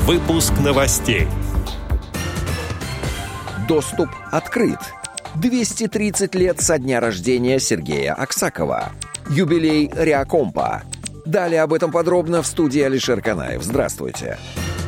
Выпуск новостей. Доступ открыт. 230 лет со дня рождения Сергея Аксакова. Юбилей Реакомпа. Далее об этом подробно в студии Алишер Канаев. Здравствуйте.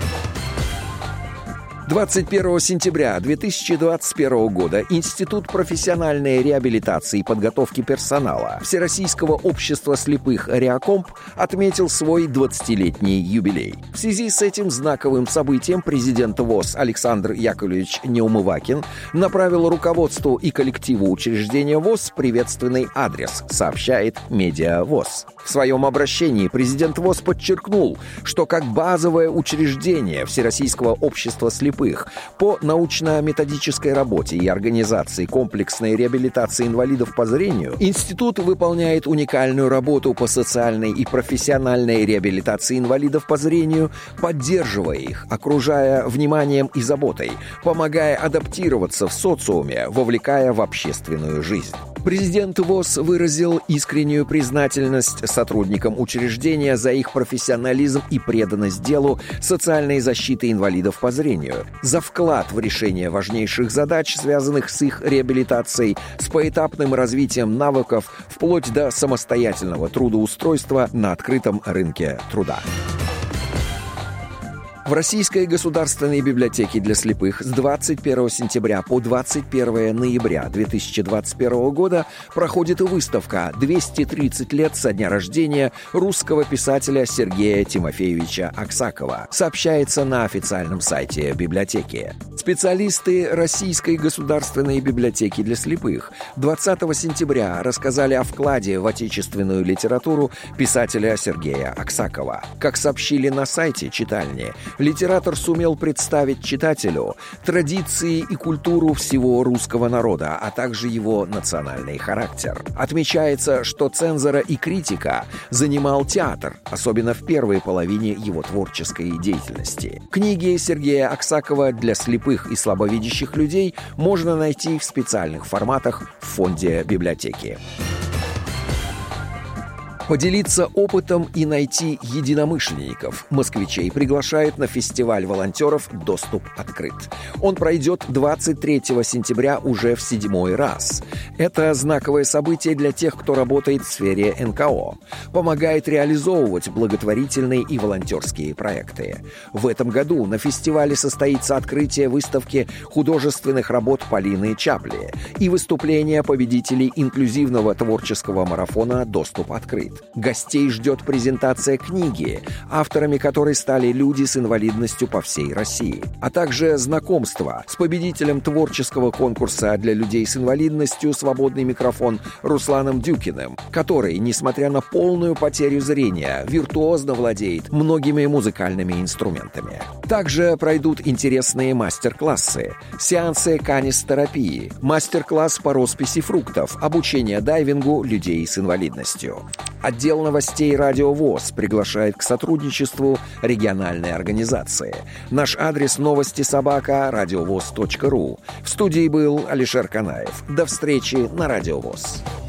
21 сентября 2021 года Институт профессиональной реабилитации и подготовки персонала Всероссийского общества слепых «Реакомп» отметил свой 20-летний юбилей. В связи с этим знаковым событием президент ВОС Александр Яковлевич Неумывакин направил руководству и коллективу учреждения ВОС приветственный адрес, сообщает Медиа ВОС. В своем обращении президент ВОС подчеркнул, что как базовое учреждение Всероссийского общества слепых по научно-методической работе и организации комплексной реабилитации инвалидов по зрению институт выполняет уникальную работу по социальной и профессиональной реабилитации инвалидов по зрению, поддерживая их, окружая вниманием и заботой, помогая адаптироваться в социуме, вовлекая в общественную жизнь. Президент ВОС выразил искреннюю признательность сотрудникам учреждения за их профессионализм и преданность делу социальной защиты инвалидов по зрению, за вклад в решение важнейших задач, связанных с их реабилитацией, с поэтапным развитием навыков вплоть до самостоятельного трудоустройства на открытом рынке труда. В Российской государственной библиотеке для слепых с 21 сентября по 21 ноября 2021 года проходит выставка «230 лет со дня рождения русского писателя Сергея Тимофеевича Аксакова», сообщается на официальном сайте библиотеки. Специалисты Российской государственной библиотеки для слепых 20 сентября рассказали о вкладе в отечественную литературу писателя Сергея Аксакова. Как сообщили на сайте читальни, литератор сумел представить читателю традиции и культуру всего русского народа, а также его национальный характер. Отмечается, что цензора и критика занимал театр, особенно в первой половине его творческой деятельности. Книги Сергея Аксакова для слепых и слабовидящих людей можно найти в специальных форматах в фонде библиотеки. Поделиться опытом и найти единомышленников москвичей приглашает на фестиваль волонтеров «Доступ открыт». Он пройдет 23 сентября уже в 7-й раз. Это знаковое событие для тех, кто работает в сфере НКО, помогает реализовывать благотворительные и волонтерские проекты. В этом году на фестивале состоится открытие выставки художественных работ Полины Чапли и выступление победителей инклюзивного творческого марафона «Доступ открыт». Гостей ждет презентация книги, авторами которой стали люди с инвалидностью по всей России, а также знакомство с победителем творческого конкурса для людей с инвалидностью «Свободный микрофон» Русланом Дюкиным, который, несмотря на полную потерю зрения, виртуозно владеет многими музыкальными инструментами. Также пройдут интересные мастер-классы, сеансы канистерапии, мастер-класс по росписи фруктов, обучение дайвингу людей с инвалидностью. Отдел новостей «Радио ВОС» приглашает к сотрудничеству региональной организации. Наш адрес новости@радиовос.ру. В студии был Алишер Канаев. До встречи на «Радио ВОС».